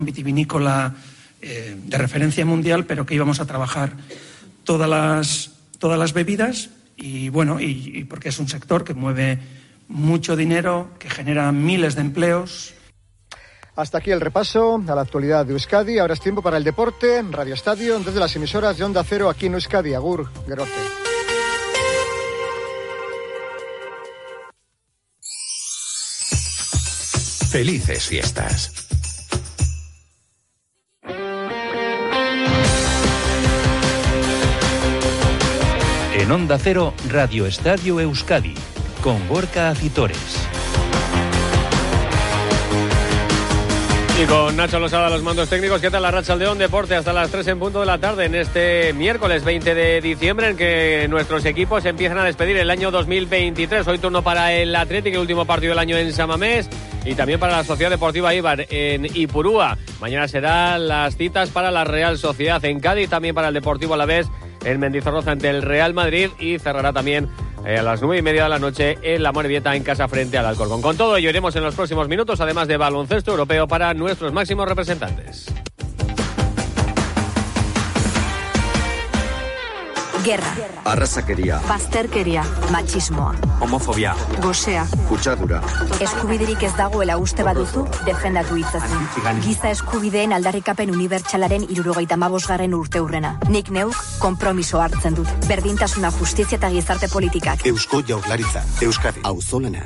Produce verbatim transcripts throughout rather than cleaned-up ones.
vitivinícola eh, de referencia mundial, pero que íbamos a trabajar todas las, todas las bebidas y bueno, y, y porque es un sector que mueve mucho dinero, que genera miles de empleos. Hasta aquí el repaso a la actualidad de Euskadi. Ahora es tiempo para el deporte, Radio Estadio, desde las emisoras de Onda Cero aquí en Euskadi. Agur, Gerote. Felices fiestas. En Onda Cero, Radio Estadio Euskadi, con Gorka Acitores. Y con Nacho Losada, los mandos técnicos. ¿Qué tal la Arratsaldeon Deporte? Hasta las tres en punto de la tarde en este miércoles veinte de diciembre, en que nuestros equipos empiezan a despedir el año dos mil veintitrés. Hoy turno para el Athletic, el último partido del año en San Mamés, y también para la Sociedad Deportiva Eibar en Ipurúa. Mañana serán las citas para la Real Sociedad en Cádiz, también para el Deportivo Alavés en Mendizorroza ante el Real Madrid, y cerrará también Eh, a las nueve y media de la noche en la Amorebieta en casa frente al Alcorcón. Con todo ello iremos en los próximos minutos, además de baloncesto europeo para nuestros máximos representantes. Guerra. Arrazakeria. Bazterkeria. Machismoa. Homofobia. Gosea. Kutsadura. Eskubiderik ez dagoela uste baduzu, defendatu itzazu. Giza eskubideen aldarrikapen unibertsalaren hirurogeita hamabosgarren urteurrena. Nik neuk konpromiso hartzen dut. Berdintasuna, justizia eta gizarte politikak. Eusko Jaurlaritza. Euskadi. Auzolana.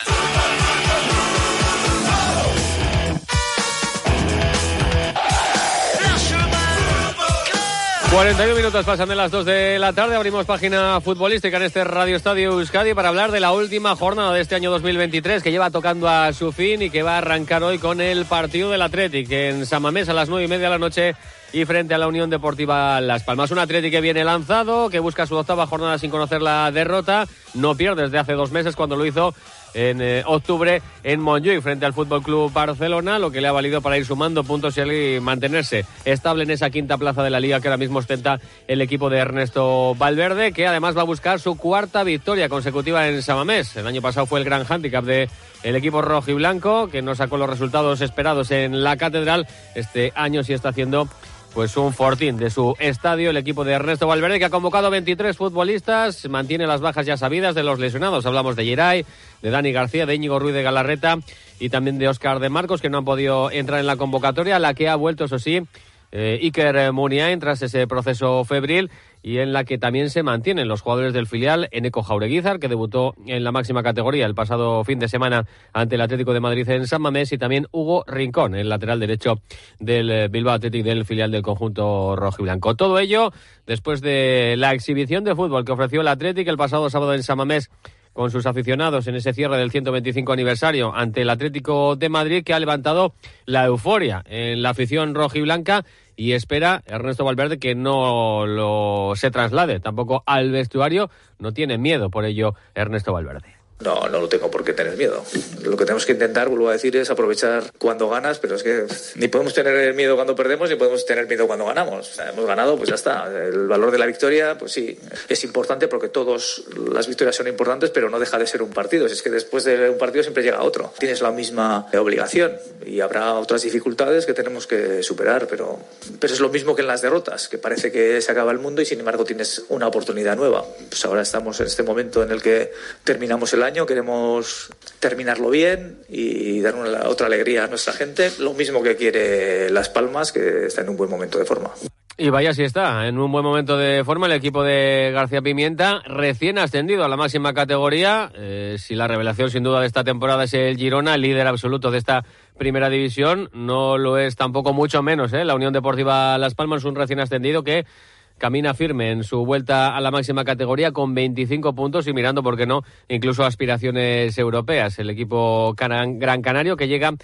cuarenta y uno minutos pasan de las dos de la tarde. Abrimos página futbolística en este Radio Estadio Euskadi para hablar de la última jornada de este año dos mil veintitrés, que lleva tocando a su fin y que va a arrancar hoy con el partido del Athletic en San Mamés a las nueve y media de la noche y frente a la Unión Deportiva Las Palmas. Un Athletic que viene lanzado, que busca su octava jornada sin conocer la derrota. No pierde desde hace dos meses, cuando lo hizo en eh, octubre en Montjuïc frente al Fútbol Club Barcelona, lo que le ha valido para ir sumando puntos y mantenerse estable en esa quinta plaza de la Liga que ahora mismo ostenta el equipo de Ernesto Valverde, que además va a buscar su cuarta victoria consecutiva en San Mamés. El año pasado fue el gran hándicap de el equipo rojiblanco, que no sacó los resultados esperados en la Catedral. Este año sí está haciendo pues un fortín de su estadio el equipo de Ernesto Valverde, que ha convocado veintitrés futbolistas, mantiene las bajas ya sabidas de los lesionados. Hablamos de Geray, de Dani García, de Íñigo Ruiz de Galarreta y también de Óscar de Marcos, que no han podido entrar en la convocatoria, la que ha vuelto, eso sí, eh, Iker Muniain tras ese proceso febril, y en la que también se mantienen los jugadores del filial: Eneko Jaureguizar, que debutó en la máxima categoría el pasado fin de semana ante el Atlético de Madrid en San Mamés, y también Hugo Rincón, el lateral derecho del Bilbao Athletic, del filial del conjunto rojiblanco. Todo ello después de la exhibición de fútbol que ofreció el Athletic el pasado sábado en San Mamés con sus aficionados en ese cierre del ciento veinticinco aniversario ante el Atlético de Madrid, que ha levantado la euforia en la afición rojiblanca, y espera Ernesto Valverde que no lo se traslade tampoco al vestuario. No tiene miedo por ello Ernesto Valverde. No, no lo tengo por qué tener miedo. Lo que tenemos que intentar, vuelvo a decir, es aprovechar cuando ganas, pero es que ni podemos tener miedo cuando perdemos, ni podemos tener miedo cuando ganamos. O sea, hemos ganado, pues ya está. El valor de la victoria, pues sí, es importante, porque todas las victorias son importantes, pero no deja de ser un partido. Si es que después de un partido siempre llega otro. Tienes la misma obligación y habrá otras dificultades que tenemos que superar, pero, pero es lo mismo que en las derrotas, que parece que se acaba el mundo y sin embargo tienes una oportunidad nueva. Pues ahora estamos en este momento en el que terminamos el año, queremos terminarlo bien y dar una, otra alegría a nuestra gente, lo mismo que quiere Las Palmas, que está en un buen momento de forma. Y vaya si está en un buen momento de forma el equipo de García Pimienta, recién ascendido a la máxima categoría. Eh, si la revelación sin duda de esta temporada es el Girona, líder absoluto de esta primera división, no lo es tampoco mucho menos ¿eh? la Unión Deportiva Las Palmas, un recién ascendido que camina firme en su vuelta a la máxima categoría con veinticinco puntos y mirando, ¿por qué no?, incluso aspiraciones europeas. El equipo Gran Canario, que llega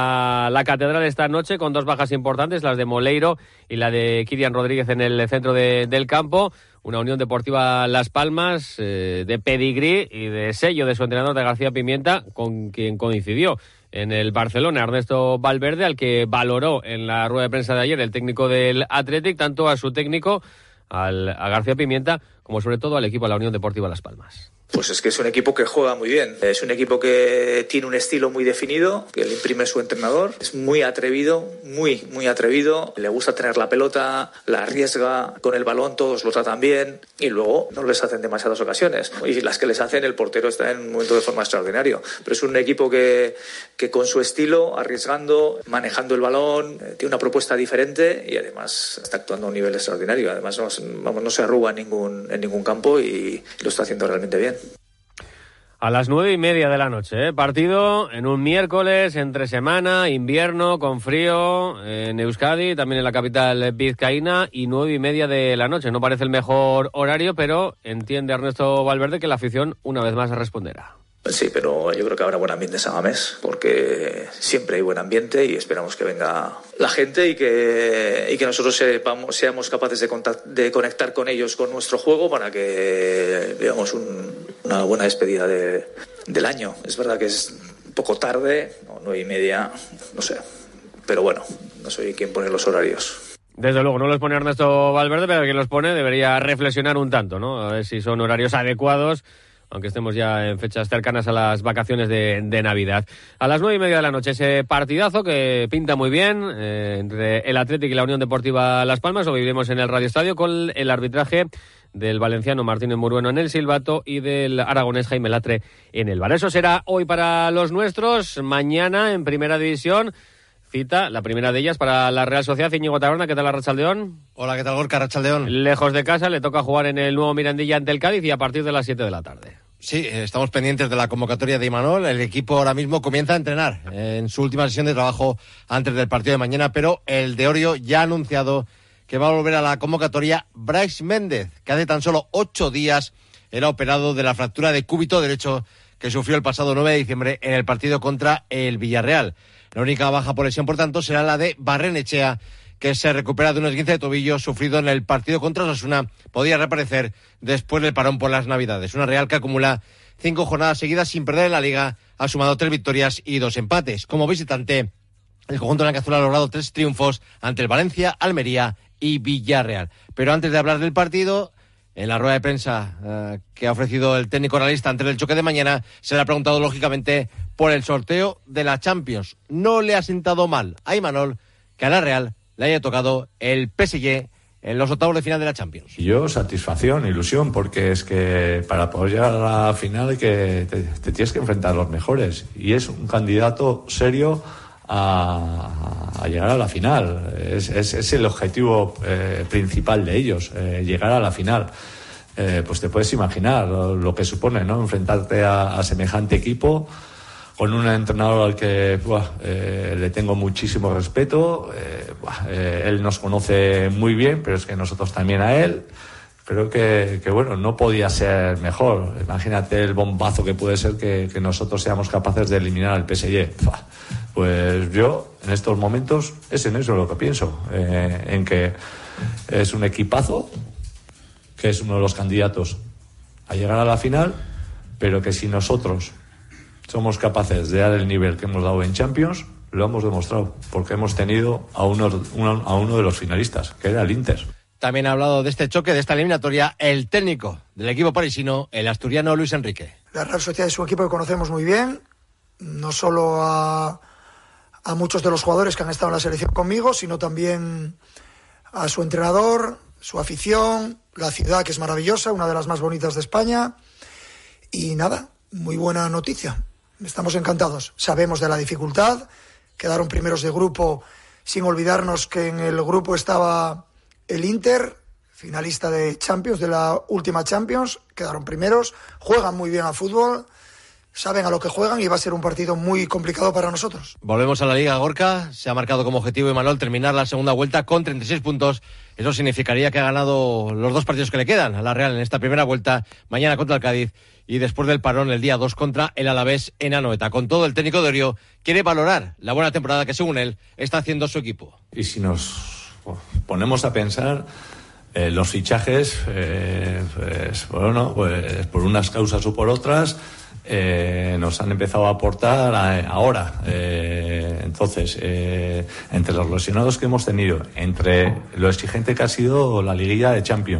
a la Catedral esta noche con dos bajas importantes, las de Moleiro y la de Kirian Rodríguez en el centro de, del campo. Una Unión Deportiva Las Palmas eh, de pedigrí y de sello de su entrenador, de García Pimienta, con quien coincidió en el Barcelona Ernesto Valverde, al que valoró en la rueda de prensa de ayer el técnico del Athletic, tanto a su técnico, al, a García Pimienta, como sobre todo al equipo de la Unión Deportiva Las Palmas. Pues es que es un equipo que juega muy bien, es un equipo que tiene un estilo muy definido, que le imprime su entrenador, es muy atrevido, muy, muy atrevido, le gusta tener la pelota, la arriesga, con el balón todos lo tratan bien y luego no les hacen demasiadas ocasiones. Y las que les hacen, el portero está en un momento de forma extraordinario. Pero es un equipo que, que con su estilo, arriesgando, manejando el balón, tiene una propuesta diferente y además está actuando a un nivel extraordinario. Además no, vamos, no se arruga en ningún, en ningún campo y lo está haciendo realmente bien. A las nueve y media de la noche, ¿eh? Partido en un miércoles, entre semana, invierno, con frío, en Euskadi, también en la capital vizcaína, y nueve y media de la noche. No parece el mejor horario, pero entiende Ernesto Valverde que la afición una vez más responderá. Sí, pero yo creo que habrá buen ambiente en San Mamés, porque siempre hay buen ambiente y esperamos que venga la gente y que, y que nosotros sepamos, seamos capaces de, contact, de conectar con ellos con nuestro juego para que veamos un, una buena despedida de, del año. Es verdad que es un poco tarde, no, nueve y media, no sé, pero bueno, no soy quien pone los horarios. Desde luego, no los pone Ernesto Valverde, pero quien los pone debería reflexionar un tanto, ¿no? A ver si son horarios adecuados, aunque estemos ya en fechas cercanas a las vacaciones de, de Navidad. A las nueve y media de la noche, ese partidazo que pinta muy bien eh, entre el Athletic y la Unión Deportiva Las Palmas. Lo viviremos en el Radio Estadio con el arbitraje del valenciano Martínez Murueno en el silbato y del aragonés Jaime Latre en el bar. Eso será hoy para los nuestros. Mañana en Primera División, cita, la primera de ellas para la Real Sociedad. Íñigo Taberna, ¿qué tal, Arratsaldeón? Hola, ¿qué tal, Gorka? Arratsaldeón. Lejos de casa, le toca jugar en el nuevo Mirandilla ante el Cádiz y a partir de las siete de la tarde. Sí, estamos pendientes de la convocatoria de Imanol. El equipo ahora mismo comienza a entrenar en su última sesión de trabajo antes del partido de mañana, pero el de Orio ya ha anunciado que va a volver a la convocatoria Brais Méndez, que hace tan solo ocho días era operado de la fractura de cúbito derecho que sufrió el pasado nueve de diciembre en el partido contra el Villarreal. La única baja por lesión, por tanto, será la de Barrenechea, que se recupera de un esguince de tobillo sufrido en el partido contra Osasuna. Podía reaparecer después del parón por las Navidades. Una Real que acumula cinco jornadas seguidas sin perder en la Liga. Ha sumado tres victorias y dos empates. Como visitante, el conjunto blanquiazul ha logrado tres triunfos ante el Valencia, Almería y Villarreal. Pero antes de hablar del partido, en la rueda de prensa eh, que ha ofrecido el técnico realista antes del choque de mañana, se le ha preguntado lógicamente por el sorteo de la Champions. No le ha sentado mal a Imanol que a la Real le haya tocado el P S G en los octavos de final de la Champions. Y yo, satisfacción, ilusión, porque es que para poder llegar a la final hay que te, te tienes que enfrentar a los mejores. Y es un candidato serio a, a llegar a la final. Es, es, es el objetivo eh, principal de ellos, eh, llegar a la final. Eh, pues te puedes imaginar lo, lo que supone, ¿no? Enfrentarte a, a semejante equipo, con un entrenador al que buah, eh, le tengo muchísimo respeto. Eh, buah, eh, él nos conoce muy bien, pero es que nosotros también a él. Creo que, que bueno, no podía ser mejor. Imagínate el bombazo que puede ser que, que nosotros seamos capaces de eliminar al P S G. Buah, pues yo, en estos momentos, es en eso lo que pienso. Eh, en que es un equipazo, que es uno de los candidatos a llegar a la final, pero que si nosotros somos capaces de dar el nivel que hemos dado en Champions, lo hemos demostrado, porque hemos tenido a uno, uno, a uno de los finalistas, que era el Inter. También ha hablado de este choque, de esta eliminatoria, el técnico del equipo parisino, el asturiano Luis Enrique. La Real Sociedad es un equipo que conocemos muy bien, no solo a, a muchos de los jugadores que han estado en la selección conmigo, sino también a su entrenador, su afición, la ciudad, que es maravillosa, una de las más bonitas de España. Y nada, muy buena noticia. Estamos encantados. Sabemos de la dificultad. Quedaron primeros de grupo, sin olvidarnos que en el grupo estaba el Inter, finalista de Champions, de la última Champions. Quedaron primeros. Juegan muy bien al fútbol. Saben a lo que juegan y va a ser un partido muy complicado para nosotros. Volvemos a la Liga, Gorka. Se ha marcado como objetivo Imanol terminar la segunda vuelta con treinta y seis puntos. Eso significaría que ha ganado los dos partidos que le quedan a la Real en esta primera vuelta. Mañana contra el Cádiz y después del parón el día dos contra el Alavés en Anoeta. Con todo, el técnico de Orio quiere valorar la buena temporada que, según él, está haciendo su equipo. Y si nos ponemos a pensar, eh, los fichajes, eh, pues, bueno, pues por unas causas o por otras, Eh, nos han empezado a aportar a, ahora. Eh, entonces, eh, entre los lesionados que hemos tenido, entre lo exigente que ha sido la liguilla de Champions,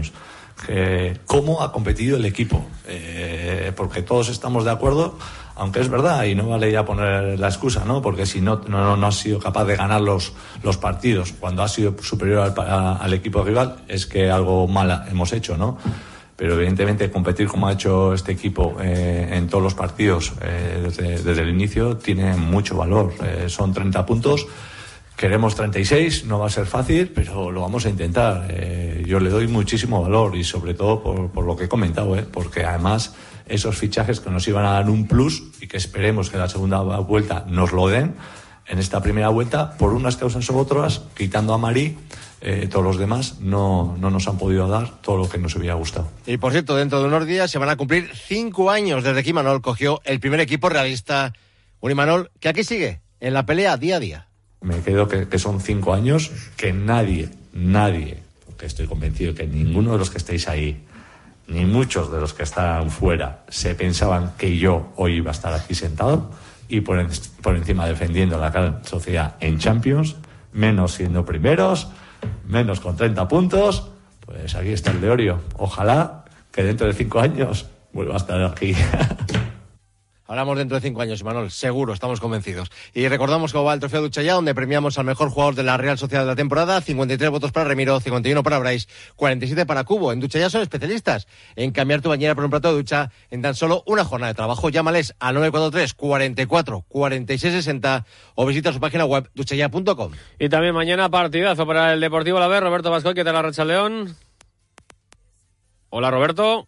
que cómo ha competido el equipo, eh, porque todos estamos de acuerdo, aunque es verdad, y no vale ya poner la excusa, ¿no? Porque si no, no, no has sido capaz de ganar los, los partidos cuando has sido superior al, a, al equipo rival, es que algo mal hemos hecho, ¿no? Pero evidentemente competir como ha hecho este equipo eh, en todos los partidos eh, desde, desde el inicio tiene mucho valor. Eh, son treinta puntos. Queremos treinta y seis, no va a ser fácil, pero lo vamos a intentar. Eh, yo le doy muchísimo valor y sobre todo por, por lo que he comentado, eh, porque además esos fichajes que nos iban a dar un plus y que esperemos que la segunda vuelta nos lo den, en esta primera vuelta, por unas causas u otras, quitando a Marí, eh, todos los demás no, no nos han podido dar todo lo que nos hubiera gustado. Y por cierto, dentro de unos días se van a cumplir cinco años desde que Imanol cogió el primer equipo realista. Un Imanol que aquí sigue, en la pelea día a día. Me quedo que, que son cinco años que nadie, nadie, porque estoy convencido que ninguno de los que estáis ahí, ni muchos de los que están fuera, se pensaban que yo hoy iba a estar aquí sentado y por, en, por encima defendiendo la Real Sociedad en Champions, menos siendo primeros, menos con treinta puntos. Pues aquí está el de Orio. Ojalá que dentro de cinco años vuelva a estar aquí. Hablamos dentro de cinco años, Imanol, seguro, estamos convencidos. Y recordamos cómo va el trofeo Duchaya, donde premiamos al mejor jugador de la Real Sociedad de la temporada, cincuenta y tres votos para Remiro, cincuenta y uno para Brais, cuarenta y siete para Cubo. En Duchaya son especialistas en cambiar tu bañera por un plato de ducha en tan solo una jornada de trabajo. Llámales al nueve cuatro tres, cuarenta y cuatro, cuarenta y seis sesenta o visita su página web duchaya punto com. Y también mañana partidazo para el Deportivo Alavés. Roberto Bascoy, ¿qué tal la Racha León? Hola, Roberto.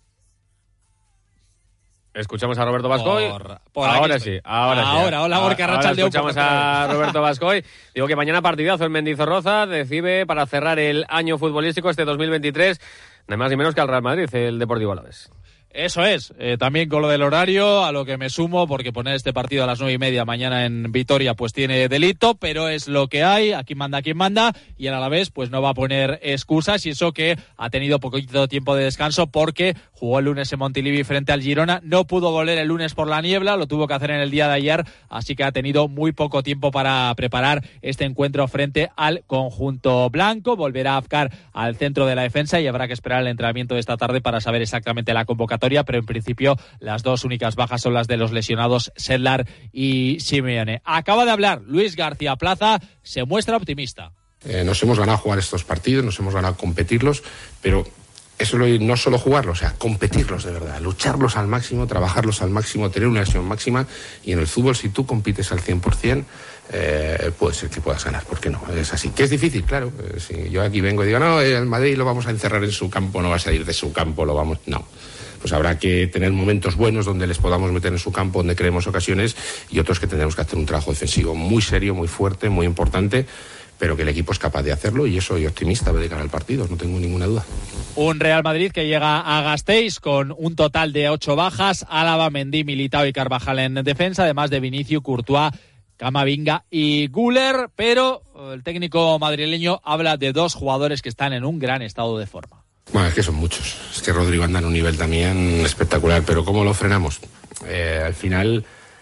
Escuchamos a Roberto Bascoy. Por, por ahora sí, ahora, ahora sí. Hola, Gorka Arratsaldeon. Escuchamos a Roberto Bascoy. Digo que mañana partidazo en Mendizorroza. Decide para cerrar el año futbolístico este dos mil veintitrés, nada más ni menos que al Real Madrid, el Deportivo Alavés. Eso es, eh, también con lo del horario, a lo que me sumo, porque poner este partido a las nueve y media mañana en Vitoria pues tiene delito, pero es lo que hay, aquí manda quien manda, y el Alavés pues no va a poner excusas, y eso que ha tenido poquito tiempo de descanso porque jugó el lunes en Montilivi frente al Girona, no pudo volver el lunes por la niebla, lo tuvo que hacer en el día de ayer, así que ha tenido muy poco tiempo para preparar este encuentro frente al conjunto blanco. Volverá Afkar al centro de la defensa y habrá que esperar el entrenamiento de esta tarde para saber exactamente la convocatoria, pero en principio las dos únicas bajas son las de los lesionados Sedlar y Simeone. Acaba de hablar Luis García Plaza, se muestra optimista. Eh, nos hemos ganado jugar estos partidos, nos hemos ganado competirlos, pero eso no solo jugarlos, o sea, competirlos de verdad, lucharlos al máximo, trabajarlos al máximo, tener una acción máxima, y en el fútbol si tú compites al cien por ciento, eh, puede ser que puedas ganar, ¿por qué no? Es así, que es difícil, claro, eh, si yo aquí vengo y digo, no, el Madrid lo vamos a encerrar en su campo, no va a salir de su campo, lo vamos, no. Pues habrá que tener momentos buenos donde les podamos meter en su campo, donde creemos ocasiones, y otros que tendremos que hacer un trabajo defensivo muy serio, muy fuerte, muy importante, pero que el equipo es capaz de hacerlo, y eso soy optimista de cara al partido, no tengo ninguna duda. Un Real Madrid que llega a Gasteiz con un total de ocho bajas: Álava, Mendy, Militao y Carvajal en defensa, además de Vinicius, Courtois, Camavinga y Güler, pero el técnico madrileño habla de dos jugadores que están en un gran estado de forma. Bueno, es que son muchos. Es que Rodrigo anda en un nivel también espectacular, pero ¿cómo lo frenamos? Eh, al final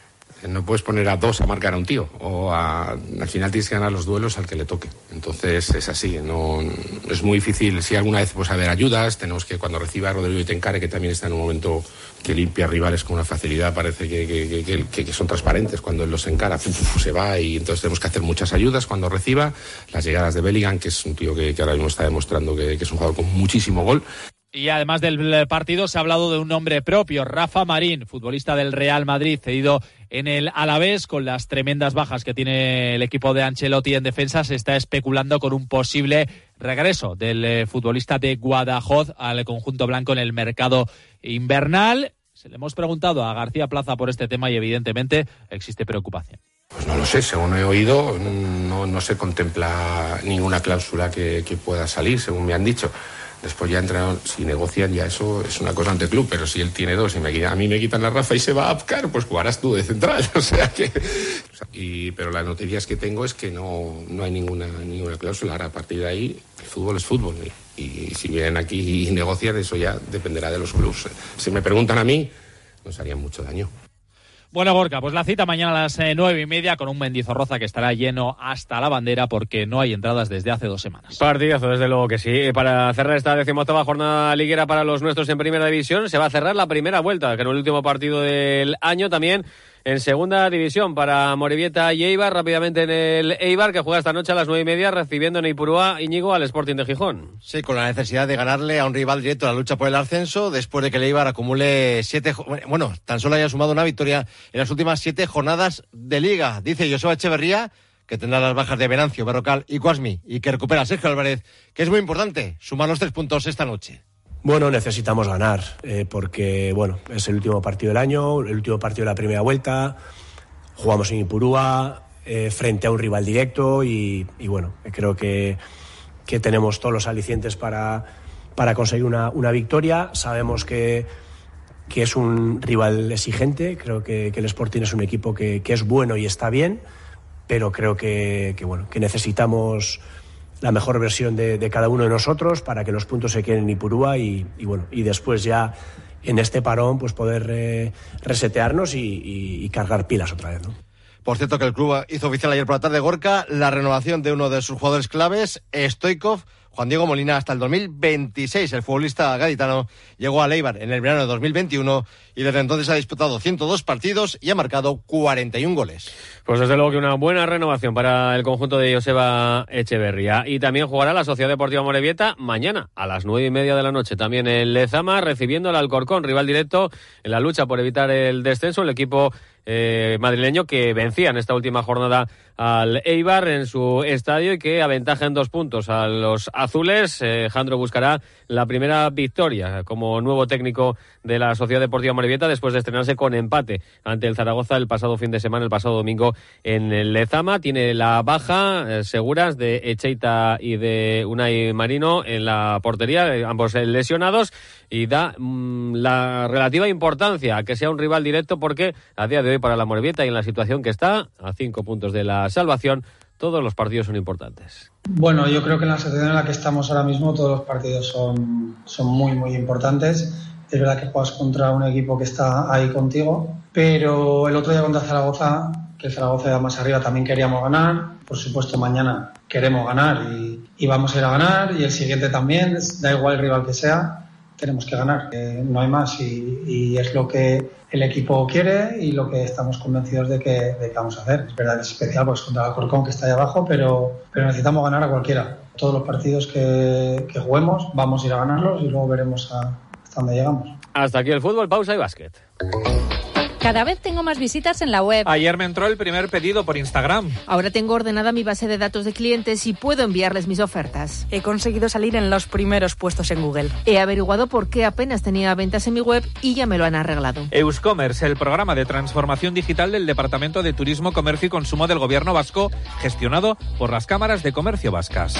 no puedes poner a dos a marcar a un tío, o a, al final tienes que ganar los duelos al que le toque. Entonces es así, no es muy difícil. Si alguna vez pues haber ayudas, tenemos que cuando reciba a Rodrigo y te encare, que también está en un momento que limpia rivales con una facilidad, parece que, que, que, que, que son transparentes cuando él los encara, fu, fu, fu, se va, y entonces tenemos que hacer muchas ayudas cuando reciba. Las llegadas de Bellingham, que es un tío que, que ahora mismo está demostrando que, que es un jugador con muchísimo gol. Y además del partido se ha hablado de un nombre propio, Rafa Marín, futbolista del Real Madrid, cedido en el Alavés. Con las tremendas bajas que tiene el equipo de Ancelotti en defensa, se está especulando con un posible regreso del futbolista de Guadajoz al conjunto blanco en el mercado invernal. Se le hemos preguntado a García Plaza por este tema y evidentemente existe preocupación. Pues no lo sé, según he oído, no, no se contempla ninguna cláusula que, que pueda salir, según me han dicho. Después ya entran, si negocian, ya eso es una cosa ante el club, pero si él tiene dos y me, a mí me quitan la Rafa y se va a Afkar, pues jugarás tú de central, o sea que... Y, pero las noticias que tengo es que no, no hay ninguna, ninguna cláusula. Ahora, a partir de ahí, el fútbol es fútbol, y, y si vienen aquí y negocian, eso ya dependerá de los clubes. Si me preguntan a mí, nos harían mucho daño. Bueno, Gorka, pues la cita mañana a las eh, nueve y media con un Mendizorroza que estará lleno hasta la bandera porque no hay entradas desde hace dos semanas. Partidazo, desde luego que sí. Para cerrar esta decimoctava jornada liguera para los nuestros en Primera División, se va a cerrar la primera vuelta, que en el último partido del año también en Segunda División para Morevieta y Eibar, rápidamente en el Eibar, que juega esta noche a las nueve y media recibiendo en Ipurúa, Íñigo, al Sporting de Gijón. Sí, con la necesidad de ganarle a un rival directo en la lucha por el ascenso, después de que el Eibar acumule siete, bueno, tan solo haya sumado una victoria en las últimas siete jornadas de Liga. Dice Joseba Echeverría que tendrá las bajas de Venancio, Berrocal y Cuasmi, y que recupera a Sergio Álvarez, que es muy importante sumar los tres puntos esta noche. Bueno, necesitamos ganar, eh, porque bueno, es el último partido del año, el último partido de la primera vuelta, jugamos en Ipurúa, eh, frente a un rival directo y, y bueno, creo que, que tenemos todos los alicientes para, para conseguir una, una victoria. Sabemos que, que es un rival exigente, creo que, que el Sporting es un equipo que, que es bueno y está bien, pero creo que, que, bueno, que necesitamos la mejor versión de, de cada uno de nosotros para que los puntos se queden en Ipurúa y, y bueno, y después ya en este parón pues poder eh, resetearnos y, y, y cargar pilas otra vez, ¿no? Por cierto que el club hizo oficial ayer por la tarde, Gorka, la renovación de uno de sus jugadores claves, Stoikov, Juan Diego Molina, hasta el dos mil veintiséis. El futbolista gaditano llegó al Eibar en el verano de dos mil veintiuno y desde entonces ha disputado ciento dos partidos y ha marcado cuarenta y un goles. Pues desde luego que una buena renovación para el conjunto de Joseba Echeverría. Y también jugará la Sociedad Deportiva Morevieta mañana a las nueve y media de la noche. También en Lezama, recibiendo al Alcorcón, rival directo en la lucha por evitar el descenso. El equipo eh, madrileño que vencía en esta última jornada al Eibar en su estadio y que aventaja en dos puntos a los azules. Eh, Jandro buscará la primera victoria como nuevo técnico de la Sociedad Deportiva Morevieta después de estrenarse con empate ante el Zaragoza el pasado fin de semana, el pasado domingo en el Lezama. Tiene la baja eh, seguras de Echeita y de Unai Marino en la portería, eh, ambos eh, lesionados, y da mmm, la relativa importancia a que sea un rival directo porque a día de hoy para la Morevieta y en la situación que está, a cinco puntos de la salvación, todos los partidos son importantes. Bueno, yo creo que en la situación en la que estamos ahora mismo todos los partidos son, son muy, muy importantes. Es verdad que juegas contra un equipo que está ahí contigo, pero el otro día contra Zaragoza, que el Zaragoza iba más arriba, también queríamos ganar. Por supuesto, mañana queremos ganar y, y vamos a ir a ganar, y el siguiente también, da igual el rival que sea, tenemos que ganar, eh, no hay más, y, y es lo que el equipo quiere y lo que estamos convencidos de que, de que vamos a hacer. Es verdad que es especial pues contra el Alcorcón, que está ahí abajo, pero, pero necesitamos ganar a cualquiera. Todos los partidos que, que juguemos vamos a ir a ganarlos y luego veremos a, hasta dónde llegamos. Hasta aquí el fútbol, pausa y básquet. Cada vez tengo más visitas en la web. Ayer me entró el primer pedido por Instagram. Ahora tengo ordenada mi base de datos de clientes y puedo enviarles mis ofertas. He conseguido salir en los primeros puestos en Google. He averiguado por qué apenas tenía ventas en mi web y ya me lo han arreglado. Euscommerce, el programa de transformación digital del Departamento de Turismo, Comercio y Consumo del Gobierno Vasco, gestionado por las cámaras de comercio vascas.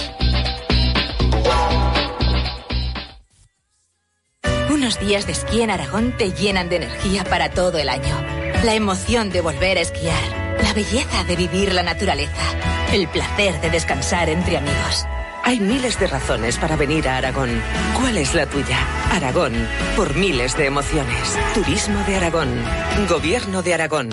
Unos días de esquí en Aragón te llenan de energía para todo el año. La emoción de volver a esquiar, la belleza de vivir la naturaleza, el placer de descansar entre amigos. Hay miles de razones para venir a Aragón. ¿Cuál es la tuya? Aragón, por miles de emociones. Turismo de Aragón. Gobierno de Aragón.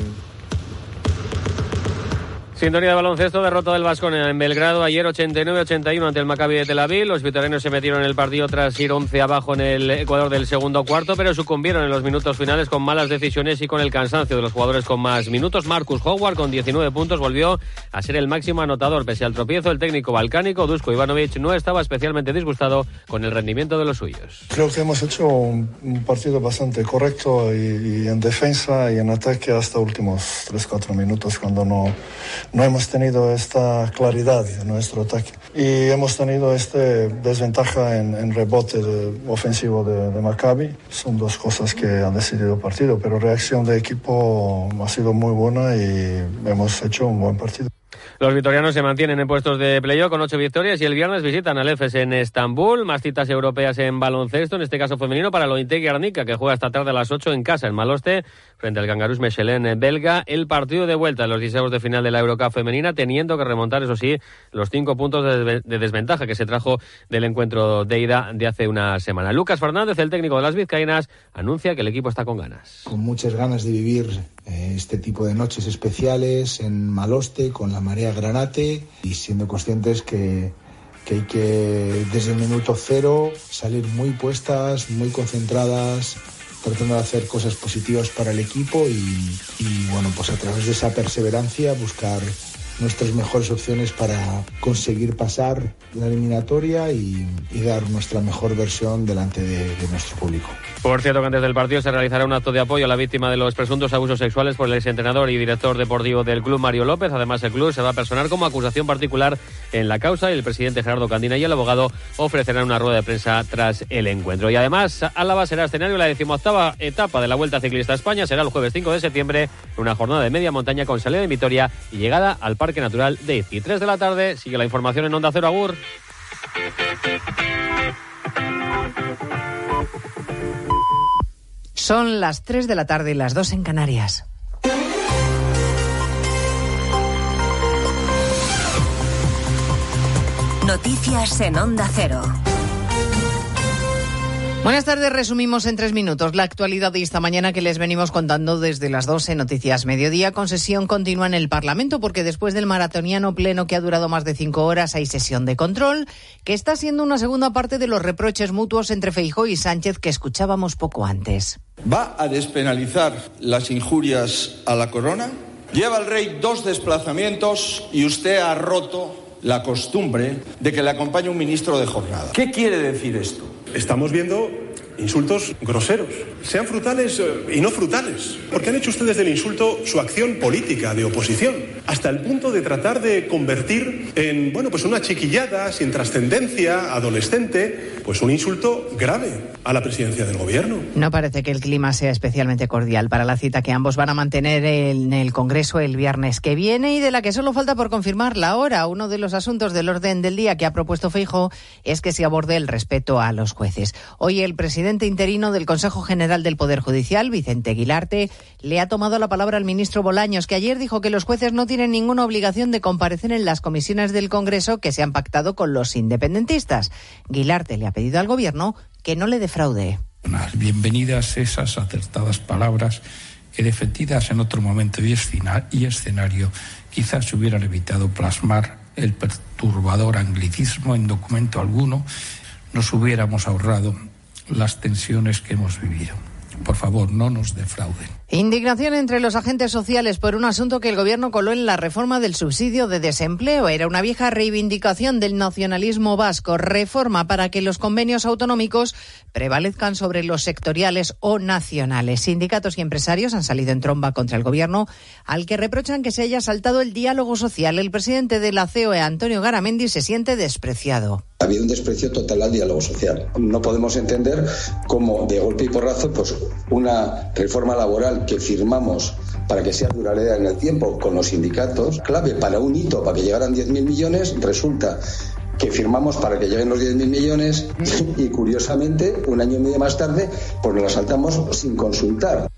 Sintonía de baloncesto, derrota del Baskonia en Belgrado ayer ochenta y nueve a ochenta y uno ante el Maccabi de Tel Aviv. Los vitorianos se metieron en el partido tras ir once abajo en el Ecuador del segundo cuarto, pero sucumbieron en los minutos finales con malas decisiones y con el cansancio de los jugadores con más minutos. Marcus Howard con diecinueve puntos volvió a ser el máximo anotador. Pese al tropiezo, el técnico balcánico Dusko Ivanovic no estaba especialmente disgustado con el rendimiento de los suyos. Creo que hemos hecho un, un partido bastante correcto y, y en defensa y en ataque hasta últimos tres cuatro minutos cuando no... No hemos tenido esta claridad en nuestro ataque y hemos tenido esta desventaja en, en rebote de, ofensivo de, de Maccabi. Son dos cosas que han decidido el partido, pero reacción de equipo ha sido muy buena y hemos hecho un buen partido. Los vitorianos se mantienen en puestos de playoff con ocho victorias y el viernes visitan al Efes en Estambul. Más citas europeas en baloncesto, en este caso femenino, para el Ointegi Arnica, que juega esta tarde a las ocho en casa en Maloste frente al Kangaroos Mechelen belga. El partido de vuelta en los dieciséis de final de la Eurocup femenina, teniendo que remontar, eso sí, los cinco puntos de, de desventaja que se trajo del encuentro de ida de hace una semana. Lucas Fernández, el técnico de las vizcaínas, anuncia que el equipo está con ganas. Con muchas ganas de vivir eh, este tipo de noches especiales en Maloste, con la marea granate, y siendo conscientes que, que hay que, desde el minuto cero, salir muy puestas, muy concentradas, tratando de hacer cosas positivas para el equipo y, y bueno, pues a través de esa perseverancia buscar nuestras mejores opciones para conseguir pasar la eliminatoria y, y dar nuestra mejor versión delante de, de nuestro público. Por cierto, que antes del partido se realizará un acto de apoyo a la víctima de los presuntos abusos sexuales por el exentrenador y director deportivo del club, Mario López. Además, el club se va a personar como acusación particular en la causa y el presidente Gerardo Candina y el abogado ofrecerán una rueda de prensa tras el encuentro. Y además, Álava será escenario de la decimoctava etapa de la Vuelta Ciclista a España. Será el jueves cinco de septiembre, una jornada de media montaña con salida en Vitoria y llegada al Parque Natural de Izqui. tres de la tarde, sigue la información en Onda Cero. Agur. Son las tres de la tarde y las dos en Canarias. Noticias en Onda Cero. Buenas tardes, resumimos en tres minutos la actualidad de esta mañana que les venimos contando desde las doce, Noticias Mediodía, con sesión continua en el Parlamento, porque después del maratoniano pleno que ha durado más de cinco horas hay sesión de control, que está siendo una segunda parte de los reproches mutuos entre Feijóo y Sánchez que escuchábamos poco antes. ¿Va a despenalizar las injurias a la corona? Lleva el rey dos desplazamientos y usted ha roto la costumbre de que le acompañe un ministro de jornada. ¿Qué quiere decir esto? Estamos viendo insultos groseros, sean frutales y no frutales, porque han hecho ustedes del insulto su acción política de oposición, hasta el punto de tratar de convertir en, bueno, pues una chiquillada sin trascendencia, adolescente, pues un insulto grave a la presidencia del gobierno. No parece que el clima sea especialmente cordial para la cita que ambos van a mantener en el Congreso el viernes que viene y de la que solo falta por confirmar la hora. Uno de los asuntos del orden del día que ha propuesto Feijóo es que se aborde el respeto a los jueces. Hoy el presidente interino del Consejo General del Poder Judicial, Vicente Guilarte, le ha tomado la palabra al ministro Bolaños, que ayer dijo que los jueces no tienen ninguna obligación de comparecer en las comisiones del Congreso que se han pactado con los independentistas. Guilarte le ha pedido al Gobierno que no le defraude. Bienvenidas esas acertadas palabras que, defendidas en otro momento y escenario, quizás se hubieran evitado plasmar el perturbador anglicismo en documento alguno. Nos hubiéramos ahorrado las tensiones que hemos vivido. Por favor, no nos defrauden. Indignación entre los agentes sociales por un asunto que el Gobierno coló en la reforma del subsidio de desempleo. Era una vieja reivindicación del nacionalismo vasco. Reforma para que los convenios autonómicos prevalezcan sobre los sectoriales o nacionales. Sindicatos y empresarios han salido en tromba contra el Gobierno, al que reprochan que se haya saltado el diálogo social. El presidente de la C O E, Antonio Garamendi, se siente despreciado. Ha habido un desprecio total al diálogo social. No podemos entender cómo, de golpe y porrazo, pues una reforma laboral que firmamos para que sea duradera en el tiempo con los sindicatos, clave para un hito, para que llegaran diez mil millones, resulta que firmamos para que lleguen los diez mil millones y, curiosamente, un año y medio más tarde, pues nos la saltamos sin consultar.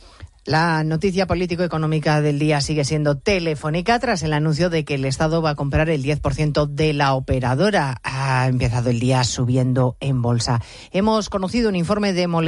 La noticia político-económica del día sigue siendo Telefónica tras el anuncio de que el Estado va a comprar el diez por ciento de la operadora. Ha empezado el día subiendo en bolsa. Hemos conocido un informe de